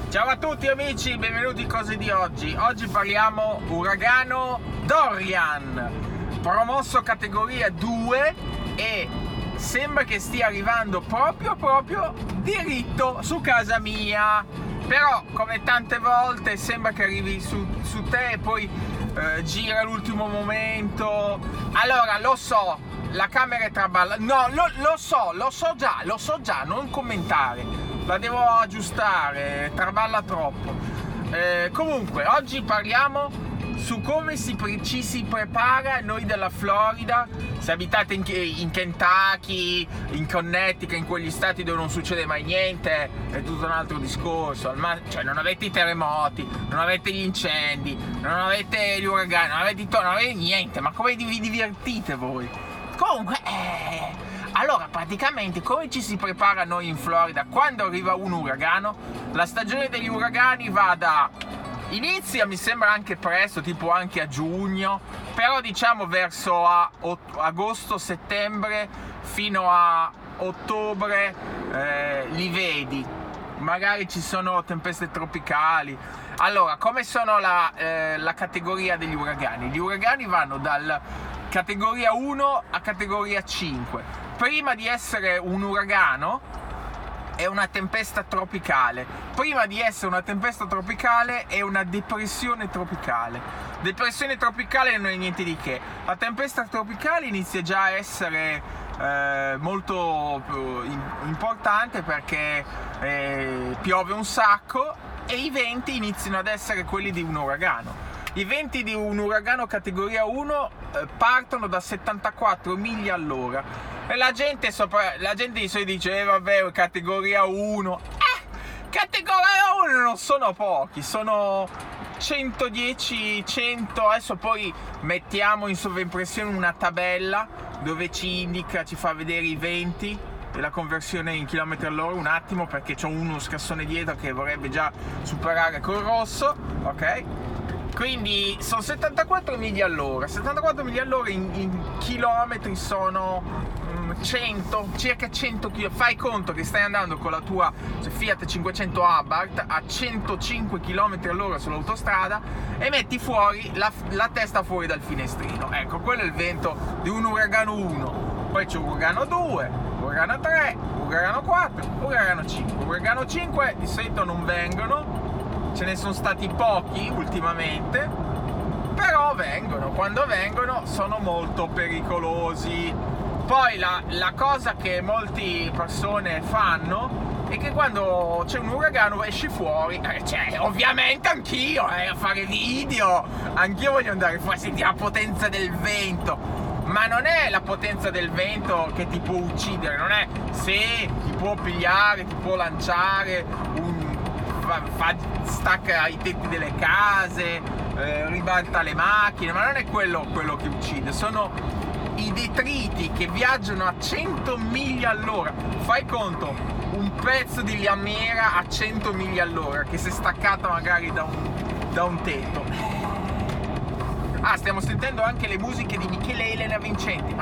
Ciao a tutti amici, benvenuti in Cose di Oggi. Oggi parliamo uragano Dorian, promosso categoria 2 e sembra che stia arrivando proprio diritto su casa mia. Però come tante volte sembra che arrivi su te e poi gira l'ultimo momento. Allora lo so, la camera è traballa. No, lo so già, non commentare. La devo aggiustare, traballa troppo. Comunque, oggi parliamo su come ci si prepara noi della Florida. Se abitate in Kentucky, in Connecticut, in quegli stati dove non succede mai niente, è tutto un altro discorso. Cioè, non avete i terremoti, non avete gli incendi, non avete gli uragani, non avete niente. Ma come vi divertite voi? Comunque, allora, praticamente, come ci si prepara noi in Florida quando arriva un uragano? La stagione degli uragani va da... inizia, mi sembra anche presto, tipo anche a giugno, però diciamo verso agosto-settembre fino a ottobre li vedi. Magari ci sono tempeste tropicali. Allora, come sono la categoria degli uragani? Gli uragani vanno dal categoria 1 a categoria 5. Prima di essere un uragano è una tempesta tropicale. Prima di essere una tempesta tropicale è una depressione tropicale. Depressione tropicale non è niente di che. La tempesta tropicale inizia già a essere molto importante perché piove un sacco e i venti iniziano ad essere quelli di un uragano. I venti di un uragano categoria 1 partono da 74 miglia all'ora e la gente di solito dice vabbè, categoria 1. Categoria 1 non sono pochi, sono 110, 100. Adesso poi mettiamo in sovraimpressione una tabella dove ci fa vedere i venti e la conversione in chilometri all'ora. Un attimo, perché c'ho uno scassone dietro che vorrebbe già superare col rosso, ok? Quindi sono 74 miglia all'ora. 74 miglia all'ora in chilometri sono 100, circa 100 km. Fai conto che stai andando con la tua Fiat 500 Abarth a 105 km all'ora sull'autostrada e metti fuori la testa fuori dal finestrino. Ecco, quello è il vento di un uragano 1. Poi c'è un uragano 2, uragano 3, uragano 4, uragano 5. Uragano 5 di solito non vengono. Ce ne sono stati pochi ultimamente, però vengono. Quando vengono sono molto pericolosi. Poi la cosa che molte persone fanno è che quando c'è un uragano esci fuori, cioè ovviamente anch'io a fare video, anch'io voglio andare fuori, senti la potenza del vento. Ma non è la potenza del vento che ti può uccidere, non è se ti può pigliare, ti può lanciare stacca i tetti delle case, ribalta le macchine, ma non è quello che uccide, sono i detriti che viaggiano a 100 miglia all'ora. Fai conto, un pezzo di lamiera a 100 miglia all'ora che si è staccata magari da un tetto. Stiamo sentendo anche le musiche di Michele e Elena Vincenti.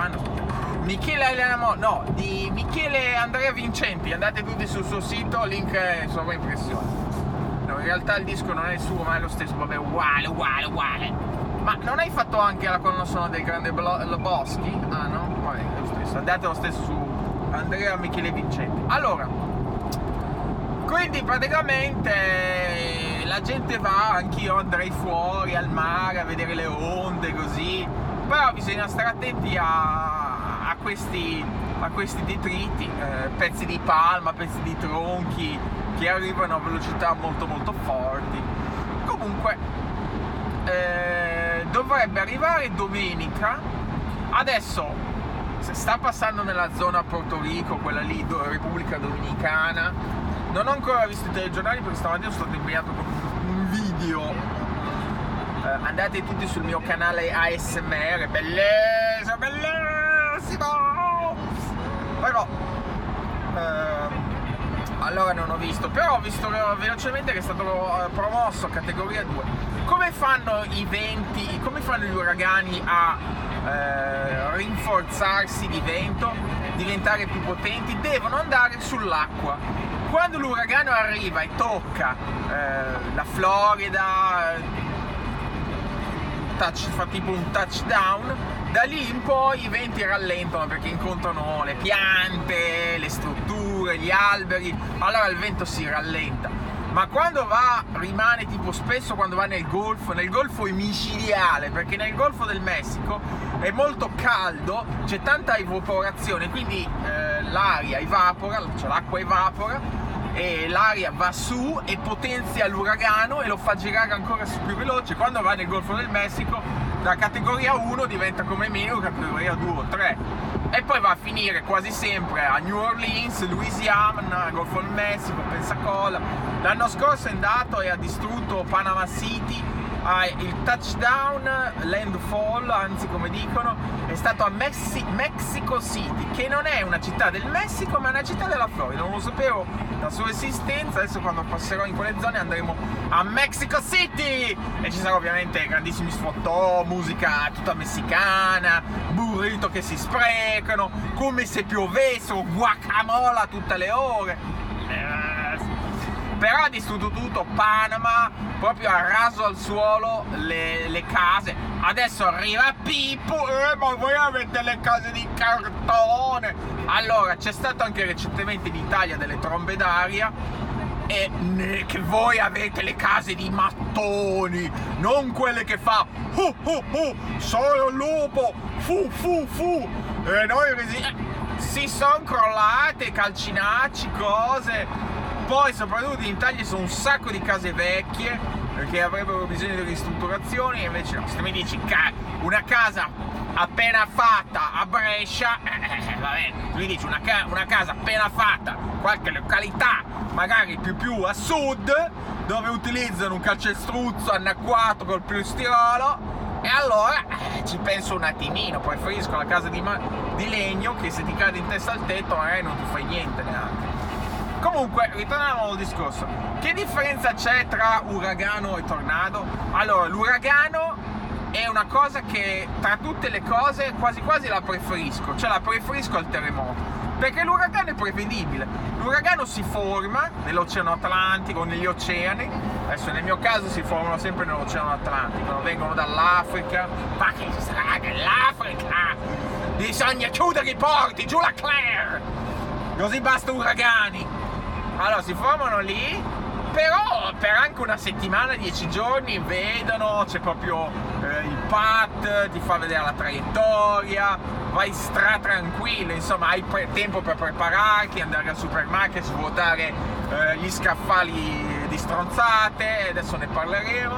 Di Michele Andrea Vincenti. Andate tutti sul suo sito, link in sovraimpressione. No, in realtà il disco non è il suo, ma è lo stesso, vabbè, uguale. Ma non hai fatto anche la colonna sonora del Grande Lebowski? No? Vabbè, è lo stesso. Andate lo stesso su Andrea Michele Vincenti. Allora, quindi praticamente la gente va, anch'io andrei fuori al mare a vedere le onde così, però bisogna stare attenti a questi detriti, pezzi di palma, pezzi di tronchi che arrivano a velocità molto forti. Comunque dovrebbe arrivare domenica. Adesso sta passando nella zona Porto Rico, quella lì, Repubblica Dominicana. Non ho ancora visto i telegiornali perché stamattina sono stato impegnato con un video. Andate tutti sul mio canale ASMR, bellissimo. Però allora non ho visto, però ho visto velocemente che è stato promosso categoria 2. Come fanno i venti, come fanno gli uragani a rinforzarsi di vento, diventare più potenti? Devono andare sull'acqua. Quando l'uragano arriva e tocca la Florida, fa tipo un touchdown, da lì in poi i venti rallentano perché incontrano le piante, le strutture, gli alberi, allora il vento si rallenta. Ma quando rimane tipo spesso quando va nel golfo è micidiale, perché nel Golfo del Messico è molto caldo, c'è tanta evaporazione, quindi l'aria evapora, cioè l'acqua evapora e l'aria va su e potenzia l'uragano e lo fa girare ancora più veloce. Quando va nel Golfo del Messico da categoria 1 diventa come minimo categoria 2 o 3 e poi va a finire quasi sempre a New Orleans, Louisiana, Golfo del Messico, Pensacola. L'anno scorso è andato e ha distrutto Panama City. Il touchdown, landfall, anzi come dicono, è stato a Mexico City, che non è una città del Messico ma è una città della Florida. Non lo sapevo la sua esistenza, adesso quando passerò in quelle zone andremo a Mexico City e ci sarà ovviamente grandissimi sfottò, musica tutta messicana, burrito che si sprecano, come se piovessero, guacamole a tutte le ore. Però ha distrutto tutto, Panama, proprio ha raso al suolo le case. Adesso arriva Pippo, ma voi avete le case di cartone. Allora, c'è stato anche recentemente in Italia delle trombe d'aria e che voi avete le case di mattoni, non quelle che fa sono il lupo, fu fu fu. E noi si sono crollate, calcinacci, cose. Poi soprattutto in Italia ci sono un sacco di case vecchie che avrebbero bisogno di ristrutturazioni, invece no. Se mi dici una casa appena fatta a Brescia, va bene, tu mi dici una casa appena fatta, qualche località magari più a sud, dove utilizzano un calcestruzzo annacquato col polistirolo, e allora ci penso un attimino. Preferisco la casa di legno che se ti cade in testa al tetto magari non ti fai niente neanche. Comunque, ritorniamo al discorso. Che differenza c'è tra uragano e tornado? Allora, l'uragano è una cosa che tra tutte le cose quasi quasi la preferisco, cioè la preferisco al terremoto, perché l'uragano è prevedibile. L'uragano si forma nell'Oceano Atlantico o negli oceani. Adesso nel mio caso si formano sempre nell'Oceano Atlantico, vengono dall'Africa. Ma che sarà dell'Africa? Bisogna chiudere i porti, giù la Claire! Così basta uragani. Allora si formano lì, però per anche una settimana, 10 giorni vedono, c'è proprio il PAT, ti fa vedere la traiettoria, vai tranquillo, insomma hai tempo per prepararti, andare al supermarket, svuotare gli scaffali di stronzate, adesso ne parleremo.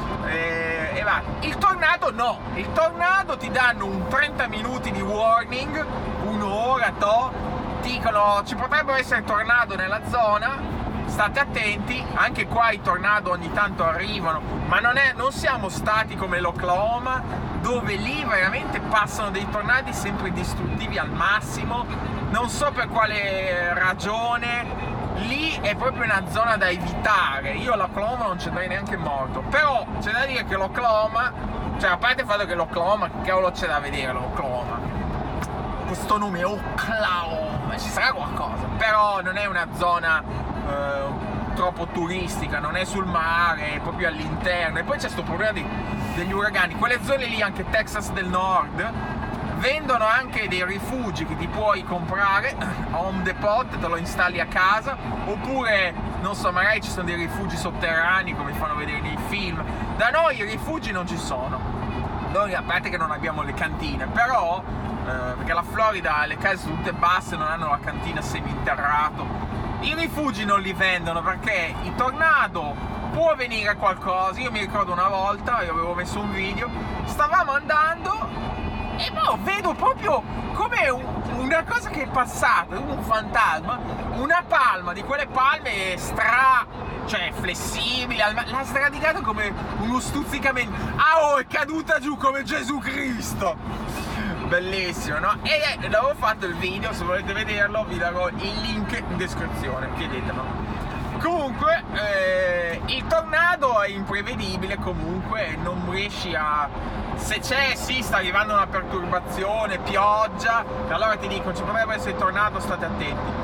E va. Il tornado no, il tornado ti danno un 30 minuti di warning, un'ora, dicono ci potrebbero essere tornado nella zona, state attenti. Anche qua i tornado ogni tanto arrivano, ma non siamo stati come l'Oklahoma, dove lì veramente passano dei tornadi sempre distruttivi al massimo. Non so per quale ragione, lì è proprio una zona da evitare. Io all'Oklahoma non ci andrei neanche morto, però c'è da dire che l'Oklahoma, cioè a parte il fatto che l'Oklahoma, che cavolo c'è da vedere l'Oklahoma? Questo nome Oklahoma, ci sarà qualcosa, però non è una zona troppo turistica, non è sul mare, è proprio all'interno. E poi c'è questo problema degli uragani. Quelle zone lì, anche Texas del Nord, vendono anche dei rifugi che ti puoi comprare a Home Depot, te lo installi a casa, oppure non so, magari ci sono dei rifugi sotterranei come fanno vedere nei film. Da noi i rifugi non ci sono, noi a parte che non abbiamo le cantine, però perché la Florida le case sono tutte basse, non hanno la cantina seminterrato. I rifugi non li vendono perché i tornado può venire qualcosa. Io mi ricordo una volta, io avevo messo un video, stavamo andando e vedo proprio come una cosa che è passata, un fantasma, una palma di quelle palme cioè flessibile, l'ha sradicato come uno stuzzicamento. È caduta giù come Gesù Cristo. Bellissimo, no? E avevo fatto il video, se volete vederlo vi darò il link in descrizione, chiedetemelo. Comunque il tornado è imprevedibile, comunque non riesci a... Se c'è, sì, sta arrivando una perturbazione, pioggia, allora ti dico ci potrebbe essere tornado, state attenti.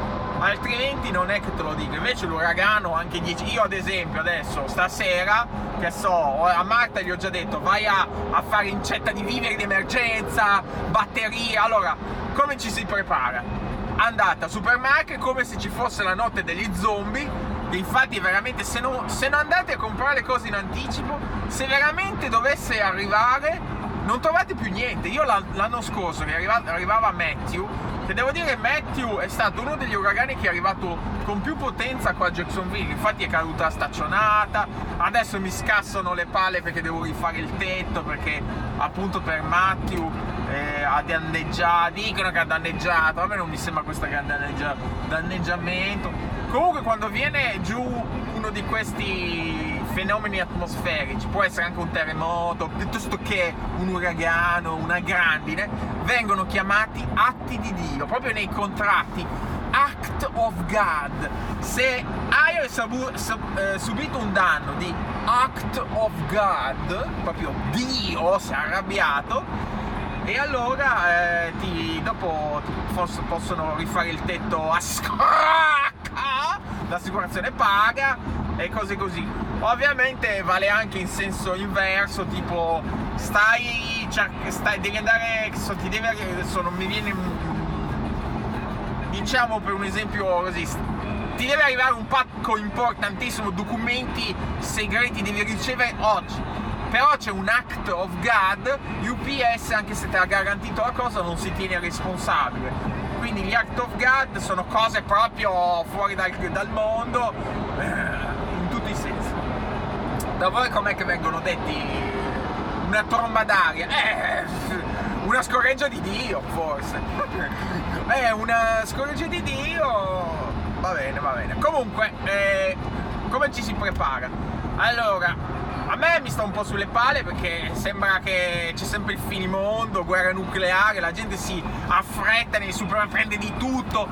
altrimenti non è che te lo dico. Invece l'uragano anche 10, io ad esempio adesso stasera, che so, a Marta gli ho già detto vai a fare incetta di viveri d'emergenza, batterie. Allora, come ci si prepara? Andate al supermarket come se ci fosse la notte degli zombie. Infatti veramente se non andate a comprare le cose in anticipo, se veramente dovesse arrivare non trovate più niente. Io l'anno scorso che arrivava Matthew, che devo dire Matthew è stato uno degli uragani che è arrivato con più potenza qua a Jacksonville, infatti è caduta la staccionata, adesso mi scassano le palle perché devo rifare il tetto, perché appunto per Matthew ha danneggiato, dicono che ha danneggiato, a me non mi sembra questo grande danneggiamento. Comunque quando viene giù uno di questi fenomeni atmosferici, può essere anche un terremoto, piuttosto che un uragano, una grandine, vengono chiamati atti di Dio, proprio nei contratti, Act of God. Se hai subito un danno di Act of God, proprio Dio si è arrabbiato, e allora dopo possono rifare il tetto a scracca, l'assicurazione paga e cose così. Ovviamente vale anche in senso inverso, tipo devi andare, adesso non mi viene, diciamo per un esempio così, ti deve arrivare un pacco importantissimo, documenti segreti devi ricevere oggi. Però c'è un Act of God, UPS, anche se ti ha garantito la cosa, non si tiene responsabile. Quindi gli Act of God sono cose proprio fuori dal mondo, in tutti i sensi. Da voi com'è che vengono detti? Una tromba d'aria? Una scorreggia di Dio, forse. Una scorreggia di Dio. Va bene. Comunque, come ci si prepara? Allora, a me mi sta un po' sulle palle perché sembra che c'è sempre il finimondo, guerra nucleare, la gente si affretta nei supermercati, prende di tutto,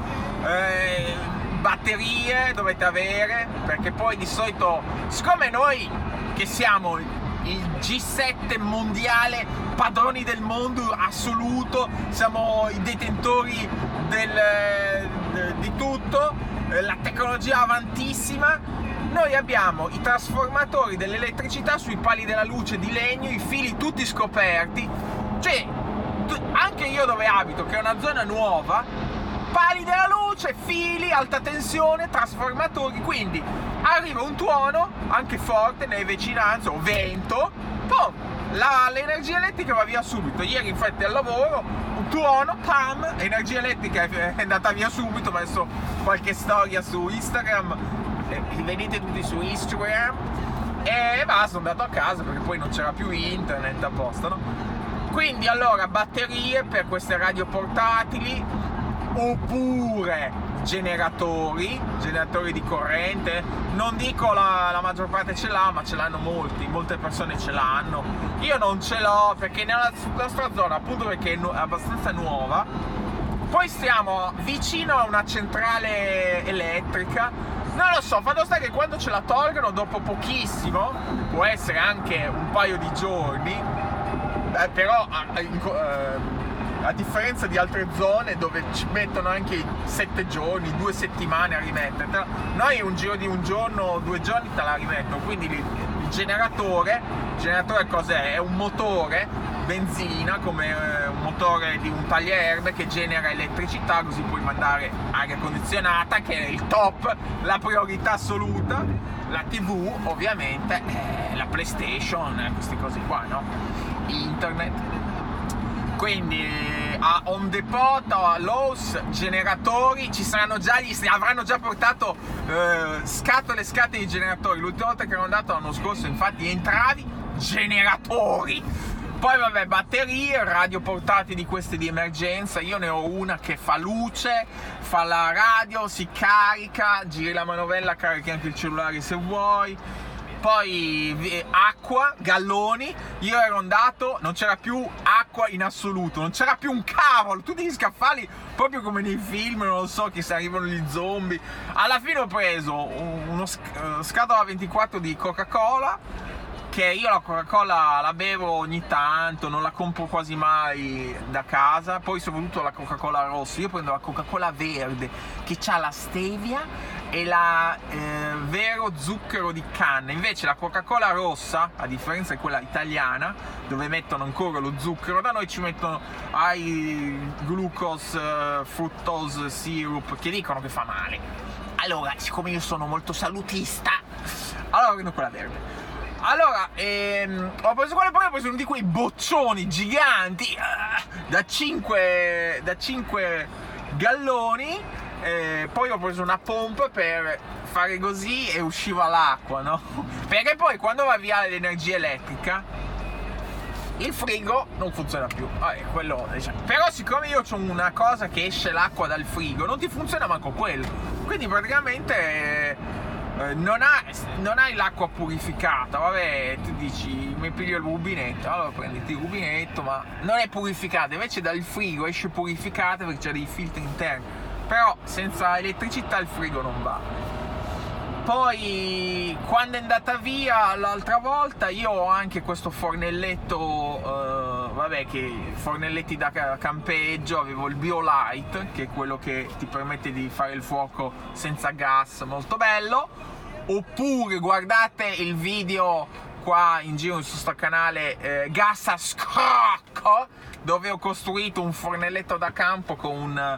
batterie dovete avere, perché poi di solito, siccome noi che siamo il G7 mondiale, padroni del mondo assoluto, siamo i detentori di tutto, la tecnologia avantissima, noi abbiamo i trasformatori dell'elettricità sui pali della luce di legno, i fili tutti scoperti, cioè anche io dove abito, che è una zona nuova, pali della luce, fili, alta tensione, trasformatori, quindi arriva un tuono anche forte nelle vicinanze o vento, poi l'energia elettrica va via subito. Ieri infatti al lavoro un tuono, pam, energia elettrica è andata via subito, ho messo qualche storia su Instagram, li vedete tutti su Instagram, e basta, sono andato a casa perché poi non c'era più internet, a posto, no? Quindi allora batterie per queste radio portatili, oppure generatori di corrente. Non dico la maggior parte ce l'ha, ma ce l'hanno molte persone ce l'hanno. Io non ce l'ho perché nella nostra zona, appunto perché è abbastanza nuova, poi stiamo vicino a una centrale elettrica. Non lo so, fatto sta che quando ce la tolgono dopo pochissimo, può essere anche un paio di giorni, però a differenza di altre zone dove ci mettono anche 7 giorni, 2 settimane a rimetterla, noi un giro di un giorno, 2 giorni te la rimettono. Quindi il generatore cos'è? È un motore benzina, come un motore di un taglierbe che genera elettricità, così puoi mandare aria condizionata, che è il top, la priorità assoluta, la TV ovviamente, la PlayStation, queste cose qua, no? Internet. Quindi a Home Depot, a Lowe's, generatori, ci saranno già avranno già portato scatole di generatori. L'ultima volta che ero andato l'anno scorso, infatti, entravi, generatori. Poi vabbè, batterie, radio portatili di queste di emergenza. Io ne ho una che fa luce, fa la radio, si carica, giri la manovella, carichi anche il cellulare se vuoi. Poi acqua, galloni. Io ero andato, non c'era più acqua in assoluto, non c'era più un cavolo, tutti gli scaffali proprio come nei film, non lo so, che se arrivano gli zombie. Alla fine ho preso uno scatola 24 di Coca-Cola, che io la Coca-Cola la bevo ogni tanto, non la compro quasi mai da casa. Poi soprattutto la Coca-Cola rossa, io prendo la Coca-Cola verde che ha la stevia e la vero zucchero di canna. Invece la Coca-Cola rossa, a differenza di quella italiana dove mettono ancora lo zucchero, da noi ci mettono glucose, fructose syrup, che dicono che fa male. Allora, siccome io sono molto salutista, allora prendo quella verde. Allora, ho preso quelle, poi ho preso uno di quei boccioni giganti da 5 galloni, poi ho preso una pompa per fare così e usciva l'acqua, no? Perché poi quando va via l'energia elettrica il frigo non funziona più. Quello, diciamo. Però siccome io ho una cosa che esce l'acqua dal frigo, non ti funziona manco quello. Quindi praticamente non hai l'acqua purificata. Vabbè, tu dici mi piglio il rubinetto, allora prenditi il rubinetto, ma non è purificata, invece dal frigo esce purificata perché c'è dei filtri interni. Però senza elettricità il frigo non va. Poi quando è andata via l'altra volta io ho anche questo fornelletto, che fornelletti da campeggio, avevo il BioLite, che è quello che ti permette di fare il fuoco senza gas, molto bello. Oppure guardate il video qua in giro su sto canale, Gas a Scrocco, dove ho costruito un fornelletto da campo con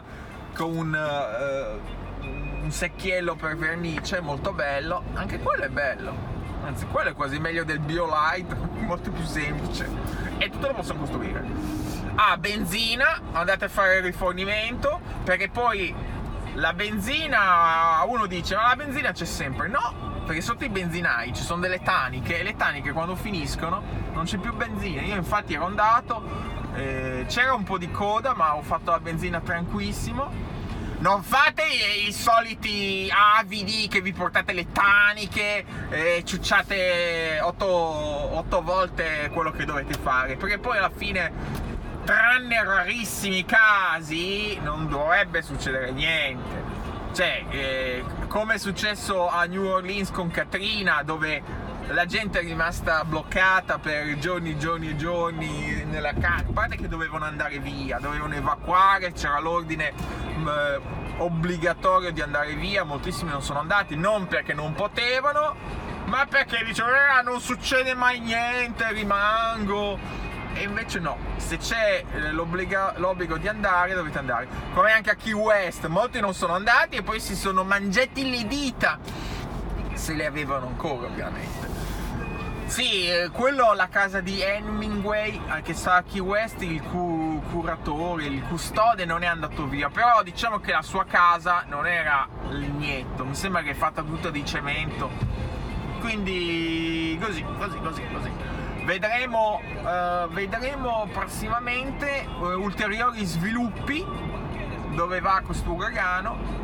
un secchiello per vernice, molto bello. Anche quello è bello, anzi quello è quasi meglio del BioLite, molto più semplice e tutto lo possono costruire. Benzina, andate a fare il rifornimento, perché poi la benzina, uno dice ma la benzina c'è sempre. No, perché sotto i benzinai ci sono delle taniche, e le taniche quando finiscono non c'è più benzina. Io infatti ero andato, c'era un po' di coda, ma ho fatto la benzina tranquillissimo. Non fate i soliti avidi che vi portate le taniche e ciucciate 8 volte quello che dovete fare, perché poi alla fine, tranne rarissimi casi, non dovrebbe succedere niente. Cioè, come è successo a New Orleans con Katrina, dove la gente è rimasta bloccata per giorni nella casa. A parte che dovevano andare via, dovevano evacuare, c'era l'ordine obbligatorio di andare via, moltissimi non sono andati, non perché non potevano, ma perché dicevano non succede mai niente, rimango. E invece no, se c'è l'obbligo di andare, dovete andare. Come anche a Key West, molti non sono andati e poi si sono mangiati le dita, se le avevano ancora, ovviamente. Sì, quello, la casa di Hemingway che sta a Key West, il curatore, il custode non è andato via, però diciamo che la sua casa non era lignetto, mi sembra che è fatta tutta di cemento, quindi così. Vedremo prossimamente ulteriori sviluppi, dove va questo uragano.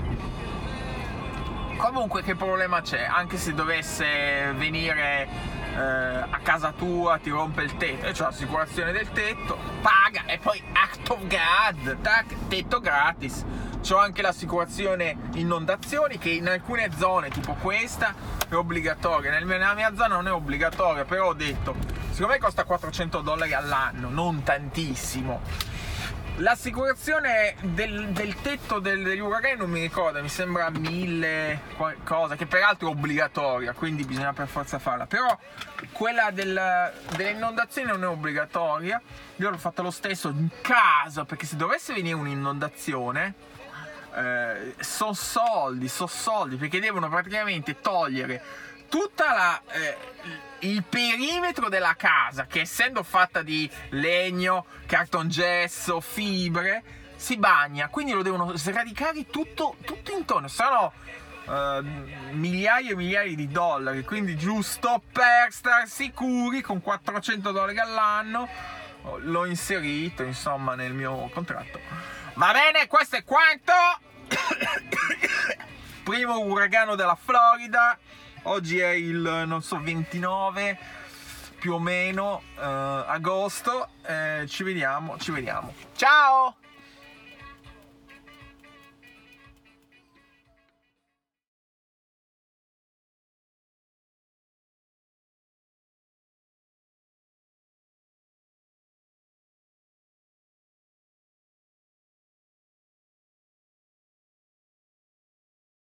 Comunque, che problema c'è? Anche se dovesse venire a casa tua, ti rompe il tetto, e c'ho l'assicurazione del tetto, paga, e poi act of God, tac, tetto gratis. C'ho anche l'assicurazione inondazioni, che in alcune zone, tipo questa, è obbligatoria. Nella mia zona non è obbligatoria, però ho detto, secondo me costa $400 all'anno, non tantissimo. L'assicurazione del tetto degli uragani non mi ricordo, mi sembra 1000 qualcosa, che peraltro è obbligatoria, quindi bisogna per forza farla. Però quella delle inondazioni non è obbligatoria. Io l'ho fatta lo stesso in caso, perché se dovesse venire un'inondazione sono soldi, perché devono praticamente togliere tutta il perimetro della casa, che essendo fatta di legno, cartongesso, fibre, si bagna, quindi lo devono sradicare tutto intorno. Sono migliaia e migliaia di dollari, quindi giusto per star sicuri, con $400 all'anno l'ho inserito, insomma, nel mio contratto. Va bene, questo è quanto. Primo uragano della Florida. Oggi è il, 29 più o meno agosto. Ci vediamo. Ciao!